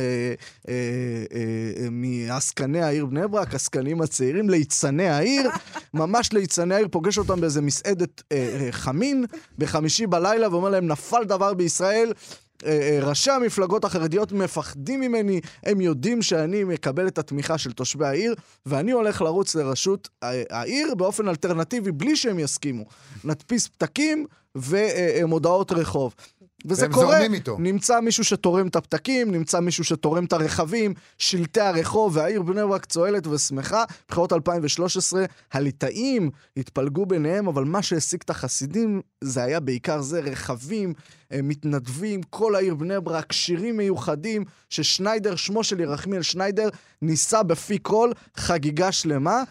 מעסקני העיר בני ברק, עסקנים הצעירים, ליצני העיר, ממש ליצני העיר, פוגש אותם באיזה מסעדת חמין, בחמישי בלילה, ואומר להם, נפל דבר בישראל, ראשי המפלגות החרדיות מפחדים ממני, הם יודעים שאני מקבל את התמיכה של תושבי העיר, ואני הולך לרוץ לרשות העיר באופן אלטרנטיבי, בלי שהם יסכימו. נדפיס פתקים ומודעות רחוב. וזה קורה, נמצא מישהו שתורם את הפתקים, נמצא מישהו שתורם את הרכבים, שלטי הרחוב, והעיר בני ברק צועלת ושמחה. בחירות 2013, הליטאים התפלגו ביניהם, אבל מה שהשיג את החסידים, זה היה בעיקר זה, רכבים, מתנדבים, כל העיר בני ברק, שירים מיוחדים, ששניידר, שמו של ירחמיאל שניידר, ניסה בפי כל, חגיגה שלמה,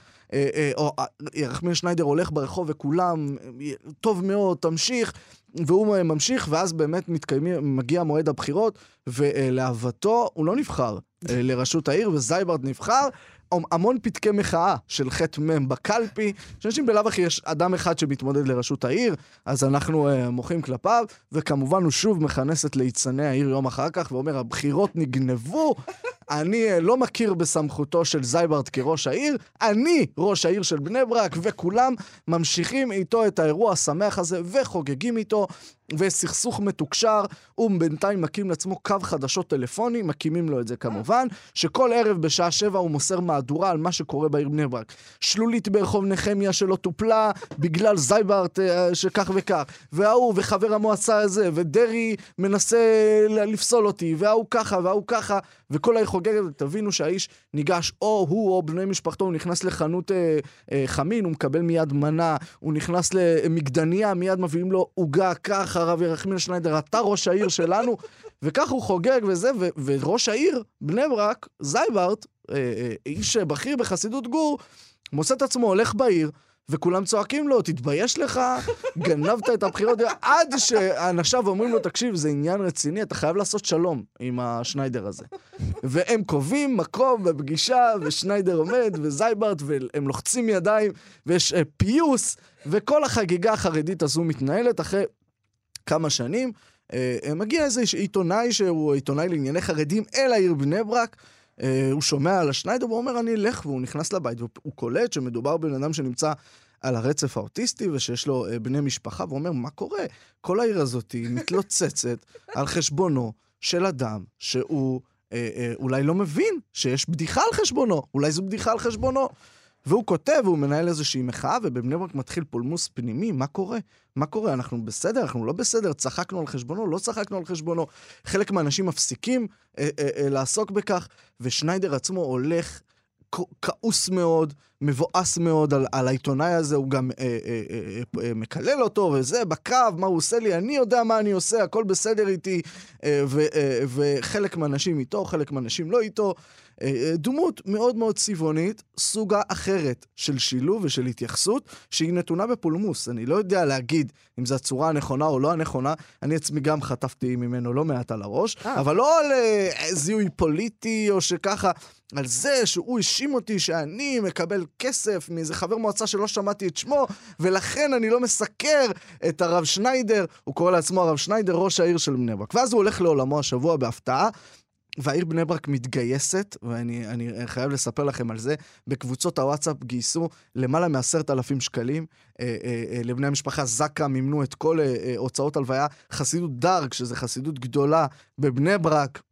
ירחמיאל שניידר הולך ברחוב וכולם, טוב מאוד, תמשיך, והוא ממשיך, ואז באמת מגיע מועד הבחירות, ולהבתו הוא לא נבחר לראשות העיר, וזייברט נבחר, המון פתקי מחאה של חתמם בקלפי, שאנשים בלאו הכי יש אדם אחד שמתמודד לראשות העיר, אז אנחנו מוחים כלפיו, וכמובן הוא שוב מכנס את ליצני העיר יום אחר כך, ואומר, הבחירות נגנבו, אני לא מכיר בסמכותו של זייברט כראש העיר, אני ראש העיר של בני ברק, וכולם ממשיכים איתו את האירוע השמח הזה, וחוגגים איתו, וסכסוך מתוקשר, הוא בינתיים מקים לעצמו קו חדשות טלפוני, מקימים לו את זה כמובן, שכל ערב בשעה 7 הוא מוסר מהדורה על מה שקורה בעיר בני ברק. שלולית ברחוב נחמיה שלא טופלה, בגלל זייברט שכך וכך, והוא וחבר המועצה הזה, ודרי מנסה לפסול אותי, והוא ככה והוא ככה, וכל העיר חוגגת, תבינו שהאיש ניגש, או הוא או בני משפחתו, הוא נכנס לחנות חמין, הוא מקבל מיד מנה, הוא נכנס למגדניה, מיד מביאים לו עוגה ככה, הרב ירחמיאל שניידר, אתה ראש העיר שלנו, וכך הוא חוגג וזה, וראש העיר, בני ברק, זייברט, איש בכיר בחסידות גור, מוצא את עצמו, הולך בעיר, וכולם צועקים לו, תתבייש לך, גנבת את הבחירות, עד שאנשיו אומרים לו, תקשיב, זה עניין רציני, אתה חייב לעשות שלום עם השניידר הזה. והם קובעים מקום בפגישה, ושניידר עומד, וזייברט, והם לוחצים ידיים, ויש פיוס, וכל החגיגה החרדית הזו מתנהלת אחרי כמה שנים, מגיע איזה עיתונאי שהוא עיתונאי לענייני חרדים אל העיר בני ברק, הוא שומע על השניידר, והוא אומר, אני אלך, והוא נכנס לבית, והוא קולט שמדובר בן אדם שנמצא על הרצף האוטיסטי, ושיש לו בני משפחה, והוא אומר, מה קורה? כל העיר הזאת מתלוצצת על חשבונו של אדם שהוא אולי לא מבין שיש בדיחה על חשבונו, אולי זו בדיחה על חשבונו. והוא כותב, והוא מנהל איזושהי מחאה, ובבני ברק מתחיל פולמוס פנימי, מה קורה? מה קורה? אנחנו בסדר? אנחנו לא בסדר? צחקנו על חשבונו? לא צחקנו על חשבונו? חלק מהאנשים מפסיקים לעסוק בכך, ושניידר עצמו הולך כעוס מאוד, מבואס מאוד על העיתונאי הזה, הוא גם מקלל אותו, וזה בקרב, מה הוא עושה לי, אני יודע מה אני עושה, הכל בסדר איתי, וחלק מהאנשים איתו, חלק מהאנשים לא איתו, דמות מאוד מאוד צבעונית, סוגה אחרת של שילוב ושל התייחסות, שהיא נתונה בפולמוס. אני לא יודע להגיד אם זו הצורה הנכונה או לא הנכונה, אני עצמי גם חטפתי ממנו לא מעט על הראש, אבל לא על זיהוי פוליטי או שככה, על זה שהוא האשים אותי שאני מקבל כסף מאיזה חבר מועצה שלא שמעתי את שמו, ולכן אני לא מסקר את הרב שניידר, הוא קורא לעצמו הרב שניידר, ראש העיר של בני ברק. ואז הוא הולך לעולמו השבוע בהפתעה, והעיר בני ברק מתגייסת, ואני חייב לספר לכם על זה, בקבוצות הוואטסאפ גייסו למעלה מ10,000 שקלים, לבני המשפחה זקה מימנו את כל הוצאות הלוויה, חסידות דרג, שזה חסידות גדולה בבני ברק,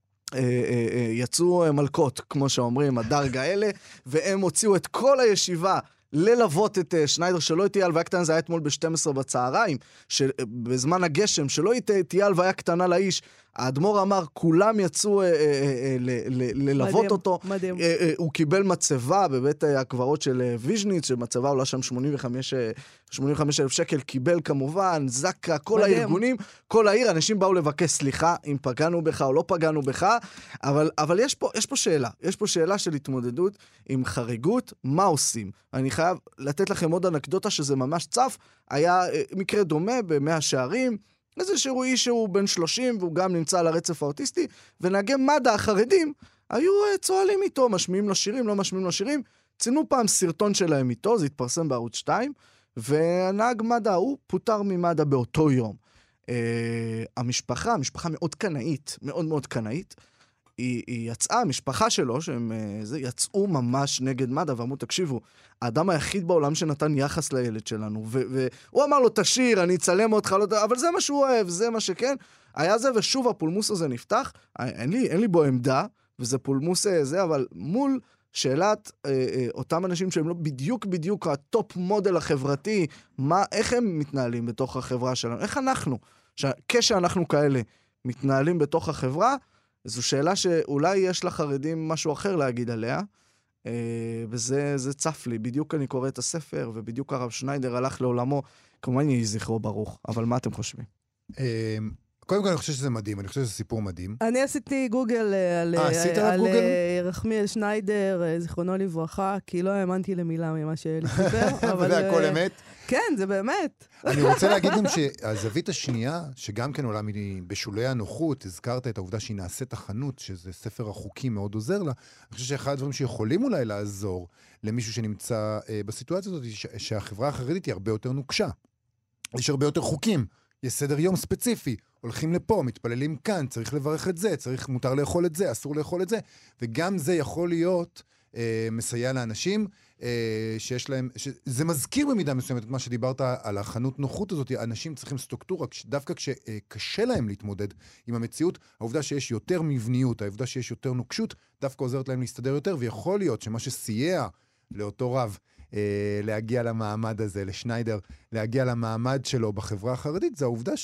יצאו מלכות, כמו שאומרים, הדרג האלה, והם הוציאו את כל הישיבה ללוות את שניידר, שלא תהיה הלוויה קטנה, זה היה אתמול ב-12 בצהריים, בזמן הגשם, שלא תהיה הלוויה קטנה לאיש, האדמו"ר אמר, כולם יצאו ללוות אותו. מדהים. הוא קיבל מצבה בבית הקברות של ויז'ניץ, שמצבה עולה שם 85,000 שקל, קיבל כמובן, זקה, כל מדהים. הארגונים, כל העיר, אנשים באו לבקש סליחה, אם פגענו בך או לא פגענו בך, אבל יש פה שאלה, יש פה שאלה של התמודדות עם חריגות, מה עושים? אני חייב לתת לכם עוד אנקדוטה שזה ממש צף, היה מקרה דומה במאה שערים, איזשהו איש שהוא בן 30, והוא גם נמצא על הרצף האוטיסטי, ונהגי מד"א החרדים היו צועלים איתו, משמיעים לו שירים, לא משמיעים לו שירים, צילמו פעם סרטון שלהם איתו, זה התפרסם בערוץ 2, והנהג מד"א הוא פוטר ממד"א באותו יום. המשפחה מאוד קנאית, מאוד מאוד קנאית, היא יצאה, המשפחה שלו, שהם יצאו ממש נגד מד"א, ואמרו, תקשיבו, האדם היחיד בעולם שנתן יחס לילד שלנו, והוא אמר לו, תשיר, אני אצלם אותך, אבל זה מה שהוא אוהב, זה מה שכן, היה זה, ושוב הפולמוס הזה נפתח, אין לי בו עמדה, וזה פולמוס זה, אבל מול שאלת אותם אנשים שהם לא בדיוק הטופ מודל החברתי, איך הם מתנהלים בתוך החברה שלנו, איך אנחנו, כשאנחנו כאלה מתנהלים בתוך החברה, זו שאלה שאולי יש לחרדים משהו אחר להגיד עליה, וזה צף לי. בדיוק אני קורא את הספר, ובדיוק הרב שניידר הלך לעולמו, כמובן יהי זכרו ברוך, אבל מה אתם חושבים? קודם כל אני חושב שזה מדהים, אני חושב שזה סיפור מדהים. אני עשיתי גוגל על רחמיאל שניידר, זיכרונו לברכה, כי לא האמנתי למילה ממה שאלי סיפר. וזה הכל אמת? כן, זה באמת. אני רוצה להגיד גם שהזווית השנייה, שגם כן עולה בשולי הנוחות, הזכרת את העובדה שהיא נעשית החנות, שזה ספר החוקים מאוד עוזר לה, אני חושב שאחד הדברים שיכולים אולי לעזור למישהו שנמצא בסיטואציה הזאת, שהחברה החרדית היא הרבה יותר נוקשה. יש הרבה יותר חוקים. יש סדר יום ספציפי, הולכים לפה, מתפללים כאן, צריך לברך את זה, מותר לאכול את זה, אסור לאכול את זה, וגם זה יכול להיות מסייע לאנשים שיש להם, זה מזכיר במידה מסוימת את מה שדיברת על החנות נוחות הזאת, אנשים צריכים סטרוקטורה, דווקא כשקשה להם להתמודד עם המציאות, העובדה שיש יותר מבניות, העובדה שיש יותר נוקשות, דווקא עוזרת להם להסתדר יותר, ויכול להיות שמה שסייע לאותו רב, להגיע למעמד הזה, לשניידר, להגיע למעמד שלו בחברה החרדית, זה העובדה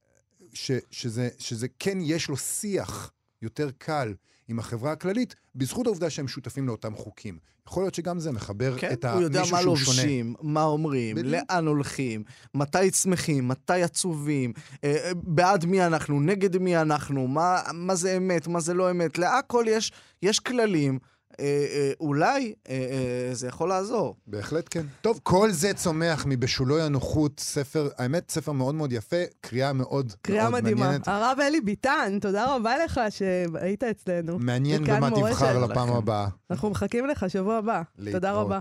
שזה כן יש לו שיח יותר קל עם החברה הכללית, בזכות העובדה שהם שותפים לאותם חוקים. יכול להיות שגם זה מחבר את מישהו שהוא שונה. כן, הוא יודע מה לובשים, מה אומרים, לאן הולכים, מתי צמחים, מתי עצובים, בעד מי אנחנו, נגד מי אנחנו, מה זה אמת, מה זה לא אמת. להכל יש כללים, אולי זה יכול לעזור. בהחלט כן. טוב, כל זה צומח מבשולוי הנוחות, ספר, האמת, ספר מאוד מאוד יפה, קריאה מאוד מדהימה. מעניינת. הרב אלי ביטן, תודה רבה לך שהיית אצלנו. מעניין במה תבחר לפעם הבאה. אנחנו מחכים לך שבוע הבא. תודה רבה.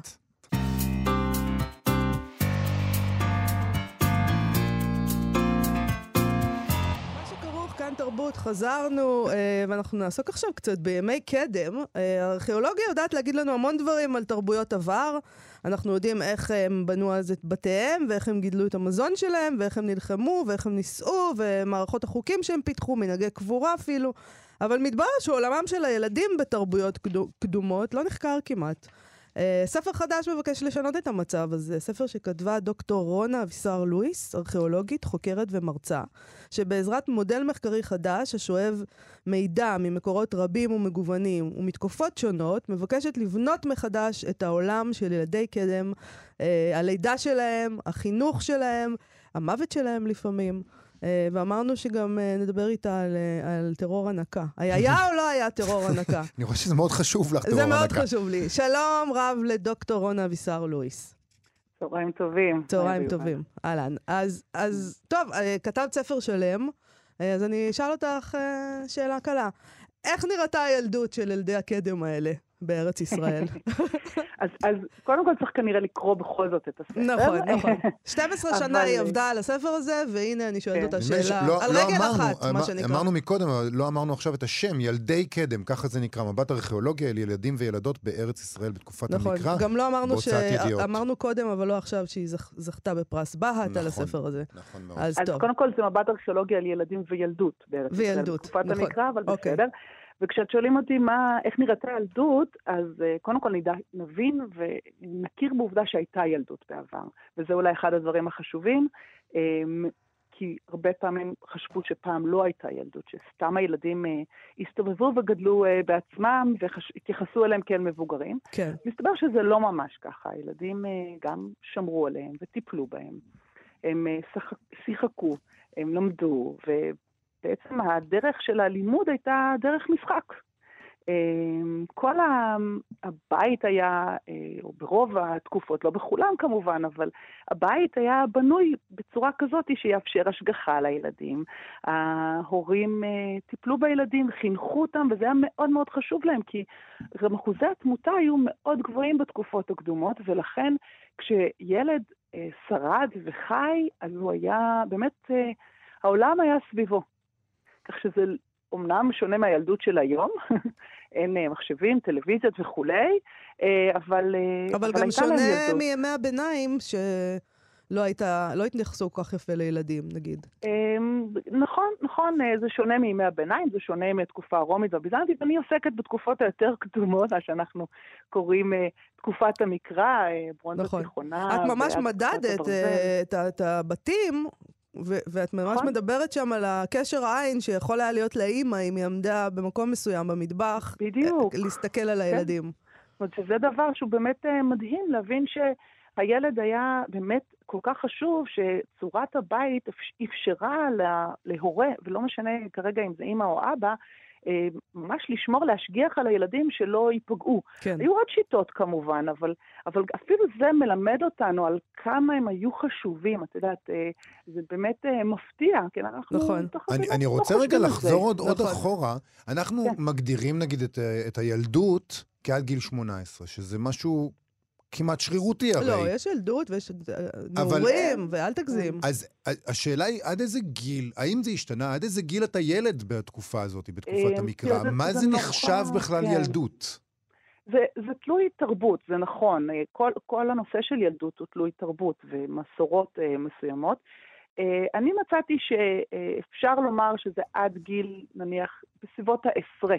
תרבות, חזרנו, ואנחנו נעסוק עכשיו קצת בימי קדם. הארכיאולוגיה יודעת להגיד לנו המון דברים על תרבויות עבר. אנחנו יודעים איך הם בנו אז את בתיהם, ואיך הם גידלו את המזון שלהם, ואיך הם נלחמו, ואיך הם ניסו, ומערכות החוקים שהם פיתחו, מנהגי קבורה אפילו. אבל מתברר שעולמם של הילדים בתרבויות קדומות לא נחקר כמעט. ספר חדש מבקש לשנות את המצב הזה, ספר שכתבה דוקטור רונה אבישר לואיס, ארכיאולוגית, חוקרת ומרצה, שבעזרת מודל מחקרי חדש השואב מידע ממקורות רבים ומגוונים ומתקופות שונות, מבקשת לבנות מחדש את העולם של ילדי קדם, הלידה שלהם, החינוך שלהם, המוות שלהם לפעמים. ואמרנו שגם נדבר איתה על טרור הנקה. היה או לא היה טרור הנקה? אני חושב שזה מאוד חשוב לך, טרור הנקה. זה מאוד חשוב לי. שלום רב לדוקטור רונה אבישר לואיס. צהריים טובים. צהריים טובים. אהלן. אז טוב, כתבת ספר שלם, אז אני אשאל אותך שאלה קלה. איך נראתה הילדות של ילדי הקדם האלה בארץ ישראל? אז קודם כל צריך כנראה לקרוא בכל זאת את הספר. נכון. 12 שנה היא עבדה על הספר הזה, והנה אני שואלת אותה שאלה. על רגל אחת, מה שנקרא. אמרנו מקודם, אבל לא אמרנו עכשיו את השם, ילדי קדם, ככה זה נקרא, מבט ארכיאולוגיה אל ילדים וילדות בארץ ישראל בתקופת המקרא. נכון, גם לא אמרנו אמרנו קודם, אבל לא עכשיו שהיא זכתה בפרס בהט על הספר הזה. נכון מאוד. אז קודם כל זה מבט ארכיאולוגיה על ילדים וילדות בארץ ישראל בתקופת המקרא, אבל בסדר. וכשאת שואלים אותי איך נראתה ילדות, אז קודם כל נבין ונכיר בעובדה שהייתה ילדות בעבר. וזה אולי אחד הדברים החשובים, כי הרבה פעמים חשבו שפעם לא הייתה ילדות, שסתם הילדים הסתובבו וגדלו בעצמם והתייחסו אליהם כאל מבוגרים. כן. מסתבר שזה לא ממש ככה. הילדים גם שמרו עליהם וטיפלו בהם. הם שיחקו, הם למדו בעצם הדרך של הלימוד הייתה דרך משחק. כל הבית היה, או ברוב התקופות, לא בכולם כמובן, אבל הבית היה בנוי בצורה כזאת שיאפשר השגחה לילדים. ההורים טיפלו בילדים, חינכו אותם, וזה היה מאוד מאוד חשוב להם, כי אחוזי התמותה היו מאוד גבוהים בתקופות הקדומות, ולכן כשילד שרד וחי, אז הוא היה, באמת, העולם היה סביבו. כך שזה אומנם שונה מהילדות של היום, אין מחשבים, טלוויזיות וכולי, אבל גם שונה מימי הביניים שלא התייחסו כל כך יפה לילדים, נגיד. נכון, זה שונה מימי הביניים, זה שונה מתקופה הרומית והביזנטית, אני עוסקת בתקופות היותר קדומות, מה שאנחנו קוראים תקופת המקרא, ברונזה תיכונה. את ממש מדדת את הבתים, ואת ממש מדברת שם על הקשר העין שיכול היה להיות לאמא אם היא עמדה במקום מסוים במטבח. בדיוק. להסתכל על הילדים. זה דבר שהוא באמת מדהים להבין שהילד היה באמת כל כך חשוב שצורת הבית אפשרה להורה, ולא משנה כרגע אם זה אמא או אבא, ממש לשמור, להשגיח על הילדים שלא ייפגעו. כן. היו עוד שיטות כמובן, אבל אפילו זה מלמד אותנו על כמה הם היו חשובים. את יודעת, זה באמת מפתיע. כן, נכון. אני רוצה רגע לחזור עוד אחורה. אנחנו מגדירים נגיד את הילדות כעד גיל 18, שזה משהו כמעט שרירותי הרי. לא, יש ילדות ויש נעורים, ואל תגזים. אז השאלה היא, עד איזה גיל, האם זה השתנה? עד איזה גיל אתה ילד בתקופה הזאת, בתקופת המקרא? מה זה נחשב בכלל ילדות? זה תלוי תרבות, זה נכון. כל הנושא של ילדות הוא תלוי תרבות ומסורות מסוימות. אני מצאתי שאפשר לומר שזה עד גיל, נניח, בסביבות העשרה.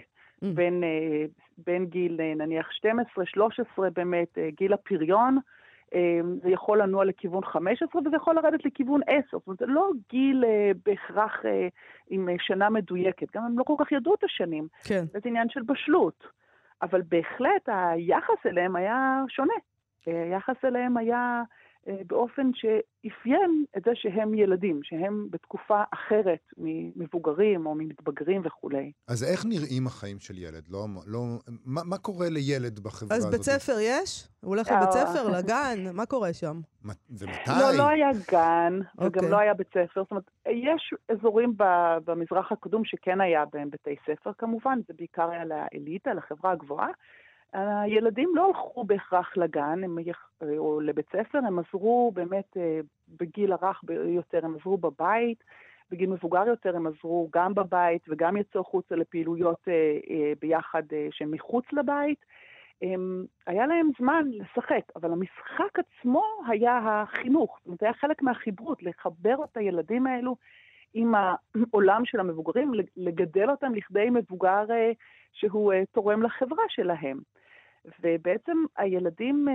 בין גיל נניח 12-13 באמת גיל הפריון, זה יכול לנוע לכיוון 15 וזה יכול לרדת לכיוון 10, זאת אומרת זה לא גיל בהכרח עם שנה מדויקת, גם הם לא כל כך ידעו את השנים, כן. זה עניין של בשלות, אבל בהחלט היחס אליהם היה שונה, היחס אליהם היה באופן שאפיין את זה שהם ילדים, שהם בתקופה אחרת ממבוגרים או ממתבגרים וכולי. אז איך נראים החיים של ילד? מה קורה לילד בחברה הזאת? אז בית ספר יש? הוא הולך לבית ספר, לגן? מה קורה שם? ומתי? לא היה גן, וגם לא היה בית ספר. זאת אומרת, יש אזורים במזרח הקדום שכן היה בהם בתי ספר כמובן, זה בעיקר היה לאליטה, לחברה הגבוהה. הילדים לא הלכו בהכרח לגן או לבית ספר, הם עזרו באמת בגיל הרך יותר, הם עזרו בבית, בגיל מבוגר יותר הם עזרו גם בבית וגם יצאו החוצה לפעילויות ביחד שמחוץ לבית. היה להם זמן לשחק, אבל המשחק עצמו היה החינוך. זאת אומרת, היה חלק מהחיברות, לחבר את הילדים האלו עם העולם של המבוגרים, לגדל אותם לכדי מבוגר שהוא תורם לחברה שלהם. ובעצם הילדים,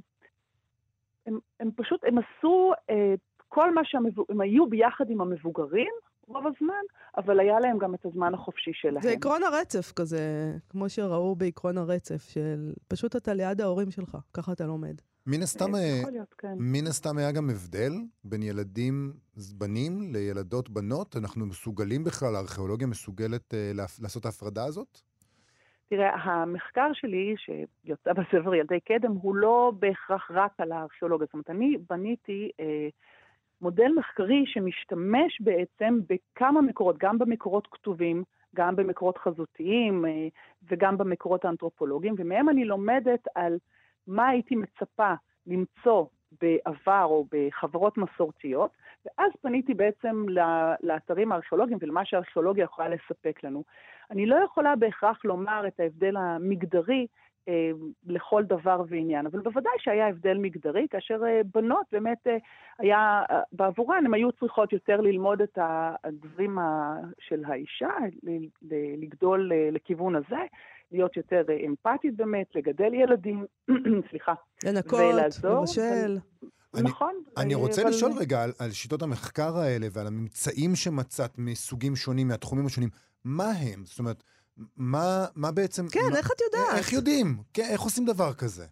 הם פשוט, הם עשו כל מה הם היו ביחד עם המבוגרים רוב הזמן, אבל היה להם גם את הזמן החופשי שלהם. זה עקרון הרצף כזה, כמו שראו בעקרון הרצף, של פשוט אתה ליד ההורים שלך, ככה אתה לומד. מן הסתם היה גם הבדל בין ילדים בנים לילדות בנות? אנחנו מסוגלים בכלל, הארכיאולוגיה מסוגלת לעשות ההפרדה הזאת? תראה, המחקר שלי, שיוצא בספר ילדי קדם, הוא לא בהכרח רק על הארכיאולוגיה. זאת אומרת, אני בניתי מודל מחקרי שמשתמש בעצם בכמה מקורות, גם במקורות כתובים, גם במקורות חזותיים וגם במקורות האנתרופולוגיים, ומהם אני לומדת על מה הייתי מצפה למצוא בעבר או בחברות מסורתיות, ואז פניתי בעצם לאתרים הארכיאולוגיים ולמה שהארכיאולוגיה יכולה לספק לנו. אני לא יכולה בהכרח לומר את ההבדל המגדרי לכל דבר ועניין, אבל בוודאי שהיה הבדל מגדרי, כאשר בנות באמת היה, בעבורן הן היו צריכות יותר ללמוד את הדברים של האישה, לגדול לכיוון הזה, להיות יותר אמפתית באמת, לגדל ילדים, סליחה, לנקות, למשל. נכון. אני רוצה לשאול רגע על שיטות המחקר האלה ועל הממצאים שמצאת מסוגים שונים, מהתחומים השונים, מה הם? זאת אומרת, מה בעצם... כן, איך את יודעת? איך יודעים? איך עושים דבר כזה?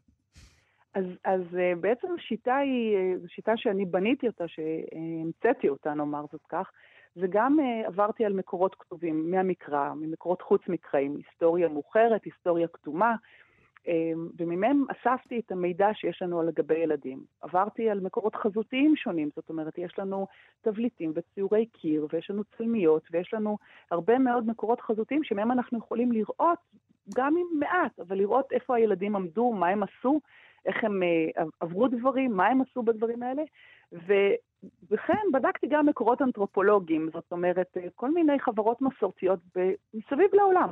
אז בעצם השיטה היא, זו שיטה שאני בניתי אותה, שהמצאתי אותה, נאמר זאת כך, וגם עברתי על מקורות כתובים מהמקרא, ממקורות חוץ מקראיים, היסטוריה מאוחרת, היסטוריה כתומה, וממהם אספתי את המידע שיש לנו על גבי ילדים. עברתי על מקורות חזותיים שונים, זאת אומרת, יש לנו תבליטים וציורי קיר, ויש לנו צלמיות, ויש לנו הרבה מאוד מקורות חזותיים, שמהם אנחנו יכולים לראות, גם אם מעט, אבל לראות איפה הילדים עמדו, מה הם עשו, איך הם עברו דברים, מה הם עשו בדברים האלה, וכן בדקתי גם מקורות אנתרופולוגיים, זאת אומרת, כל מיני חברות מסורתיות מסביב לעולם.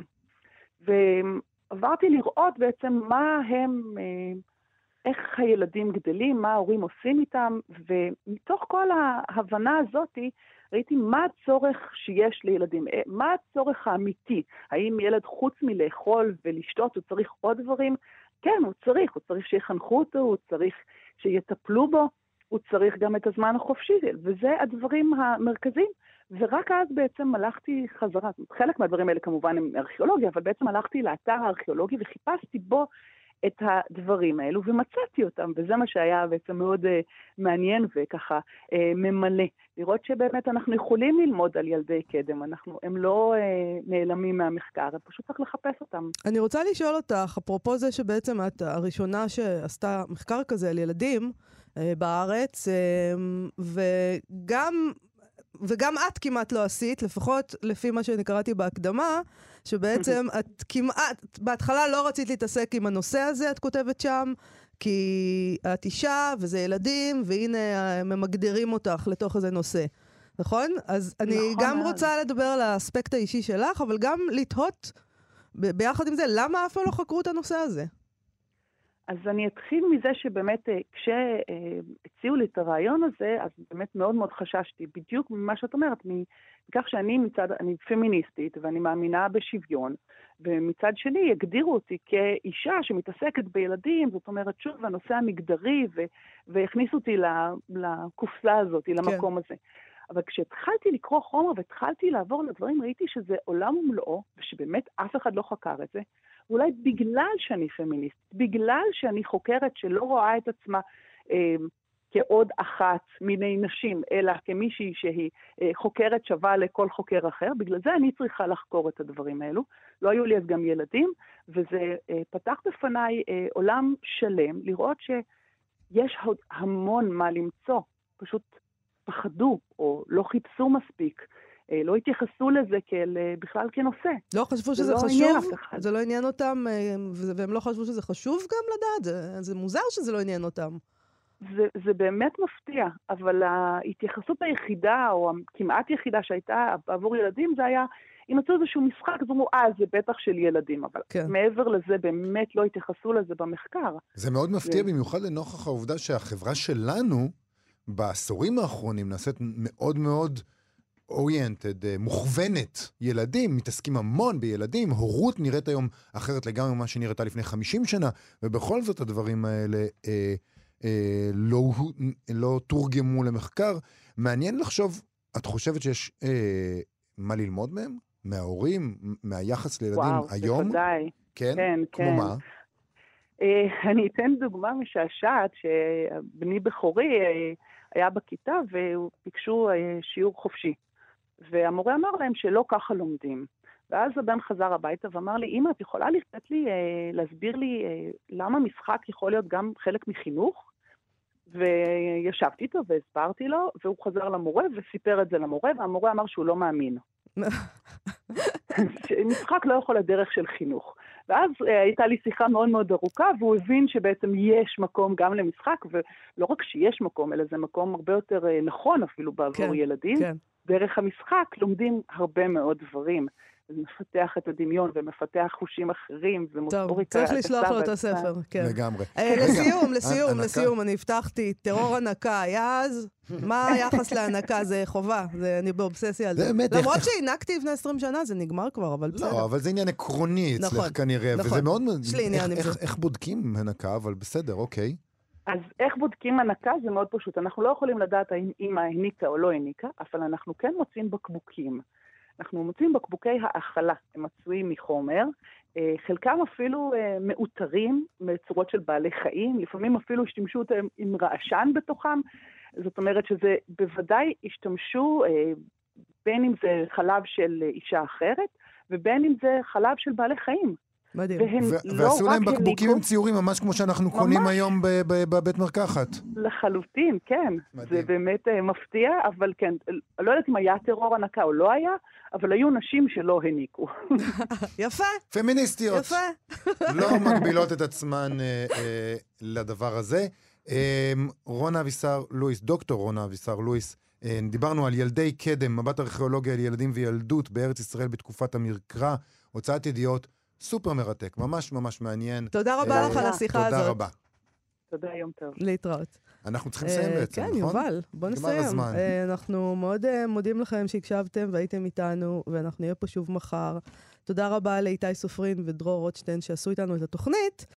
עברתי לראות בעצם מה הם, איך הילדים גדלים, מה ההורים עושים איתם, ומתוך כל ההבנה הזאת ראיתי מה הצורך שיש לילדים, מה הצורך האמיתי, האם ילד חוץ מלאכול ולשתות הוא צריך עוד דברים? כן, הוא צריך שיחנכו אותו, הוא צריך שיטפלו בו, הוא צריך גם את הזמן החופשי, וזה הדברים המרכזיים. ורק אז בעצם הלכתי חזרה, חלק מהדברים האלה כמובן הם ארכיאולוגיה, אבל בעצם הלכתי לאתר הארכיאולוגי וחיפשתי בו את הדברים האלו ומצאתי אותם, וזה מה שהיה בעצם מאוד מעניין וככה ממלא. לראות שבאמת אנחנו יכולים ללמוד על ילדי קדם, הם לא נעלמים מהמחקר, הם פשוט צריך לחפש אותם. אני רוצה לשאול אותך, אפרופו זה שבעצם את הראשונה שעשתה מחקר כזה על ילדים בארץ, וגם את כמעט לא עשית, לפחות לפי מה שאני קראתי בהקדמה, שבעצם את כמעט, בהתחלה לא רצית להתעסק עם הנושא הזה, את כותבת שם, כי את אישה וזה ילדים, והנה ממגדירים אותך לתוך איזה נושא. נכון? אז אני גם רוצה לדבר על האספקט האישי שלך, אבל גם לתהות ביחד עם זה, למה אף פעם לא חקרו את הנושא הזה? אז אני אתחיל מזה שבאמת כשהציעו לי את הרעיון הזה, אז באמת מאוד מאוד חששתי, בדיוק ממה שאת אומרת, מכך שאני אני פמיניסטית ואני מאמינה בשוויון, ומצד שני הגדירו אותי כאישה שמתעסקת בילדים, זאת אומרת שוב הנושא המגדרי, והכניסו אותי לקופסה הזאת, למקום הזה. אבל כשהתחלתי לקרוא חומר והתחלתי לעבור לדברים, ראיתי שזה עולם ומלואו, ושבאמת אף אחד לא חקר את זה, ואולי בגלל שאני פמיניסט, בגלל שאני חוקרת שלא רואה את עצמה כעוד אחת מיני נשים, אלא כמישהי שהיא חוקרת שווה לכל חוקר אחר, בגלל זה אני צריכה לחקור את הדברים האלו. לא היו לי אז גם ילדים, וזה פתח בפניי עולם שלם, לראות שיש המון מה למצוא, פשוט פחדו או לא חיפשו מספיק. לא התייחסו לזה בכלל כנושא. לא חשבו שזה חשוב? זה לא עניין אותם, והם לא חשבו שזה חשוב גם לדעת? זה מוזר שזה לא עניין אותם. זה באמת מפתיע, אבל ההתייחסות היחידה, או כמעט יחידה שהייתה עבור ילדים, זה היה, אם מצאו איזשהו משחק, אז אמרו, זה בטח של ילדים, אבל מעבר לזה באמת לא התייחסו לזה במחקר. זה מאוד מפתיע במיוחד לנוכח העובדה שהחברה שלנו, בעשורים האחרונים, נעשית מאוד מאוד אוריינטד, מוכוונת ילדים, מתעסקים המון בילדים, הורות נראית היום אחרת לגמרי ממה שנראתה לפני 50 שנה, ובכל זאת הדברים האלה לא תורגמו למחקר. מעניין לחשוב, את חושבת שיש מה ללמוד מהם? מההורים? מהיחס לילדים היום? וואו, בוודאי. כן? כן, כמו כן. מה? אני אתן דוגמה משעשעת, שבני בכורי היה בכיתה וביקשו שיעור חופשי. והמורה אמר להם שלא ככה לומדים. ואז הבן חזר הביתה ואמר לי, אמא, את יכולה להסביר לי למה משחק יכול להיות גם חלק מחינוך? וישבתי איתו והסברתי לו, והוא חזר למורה וסיפר את זה למורה, והמורה אמר שהוא לא מאמין. משחק לא יכול לדרך של חינוך. ואז הייתה לי שיחה מאוד מאוד ארוכה, והוא הבין שבעצם יש מקום גם למשחק, ולא רק שיש מקום, אלא זה מקום הרבה יותר נכון אפילו בעבור ילדים. דרך המשחק לומדים הרבה מאוד דברים. זה מפתח את הדמיון ומפתח חושים אחרים ומוטוריקה. טוב, צריך לשלוח לו את הספר, כן. לגמרי. לסיום, אני הבטחתי, טרור הנקה, היה אז? מה היחס להנקה? זה חובה, אני באובססיה על זה. למרות שהענקתי לפני 20 שנה, זה נגמר כבר, אבל בסדר. לא, אבל זה עניין עקרוני אצלך כנראה, וזה מאוד... יש לי עניין עם זה. איך בודקים הנקה, אבל בסדר, אוקיי. אז איך בודקים הנקה? זה מאוד פשוט. אנחנו לא יכולים לדעת האם אמא העניקה או לא העניקה, אבל אנחנו כן מוצאים בקבוקים. אנחנו מוצאים בקבוקי האכלה, הם מצויים מחומר, חלקם אפילו מאותרים מצורות של בעלי חיים, לפעמים אפילו השתמשו אותם עם רעשן בתוכם, זאת אומרת שזה בוודאי השתמשו בין אם זה חלב של אישה אחרת, ובין אם זה חלב של בעלי חיים. מדהים. ועשו להם בקבוקים עם ציורים ממש כמו שאנחנו קונים היום בבית מרקחת. לחלוטין, כן. זה באמת מפתיע, אבל כן, לא יודעת אם היה טרור הנקה או לא היה, אבל היו נשים שלא הניקו. יפה. פמיניסטיות. יפה. לא מגבילות את עצמן לדבר הזה. רונה אבישר לואיס, דוקטור רונה אבישר לואיס, דיברנו על ילדי קדם, מבט ארכיאולוגיה על ילדים וילדות בארץ ישראל בתקופת המקרא, הוצאת ידיעות, סופר מרתק, ממש ממש מעניין. תודה רבה לך על השיחה הזאת. תודה רבה. תודה, יום טוב. להתראות. אנחנו צריכים לסיים בעצם, נכון? כן, יובל, בוא נסיים. אנחנו מאוד מודים לכם שהקשבתם והייתם איתנו, ואנחנו נהיה פה שוב מחר. תודה רבה לאיתי סופרין ודרור רוטשטיין שעשו איתנו את התוכנית.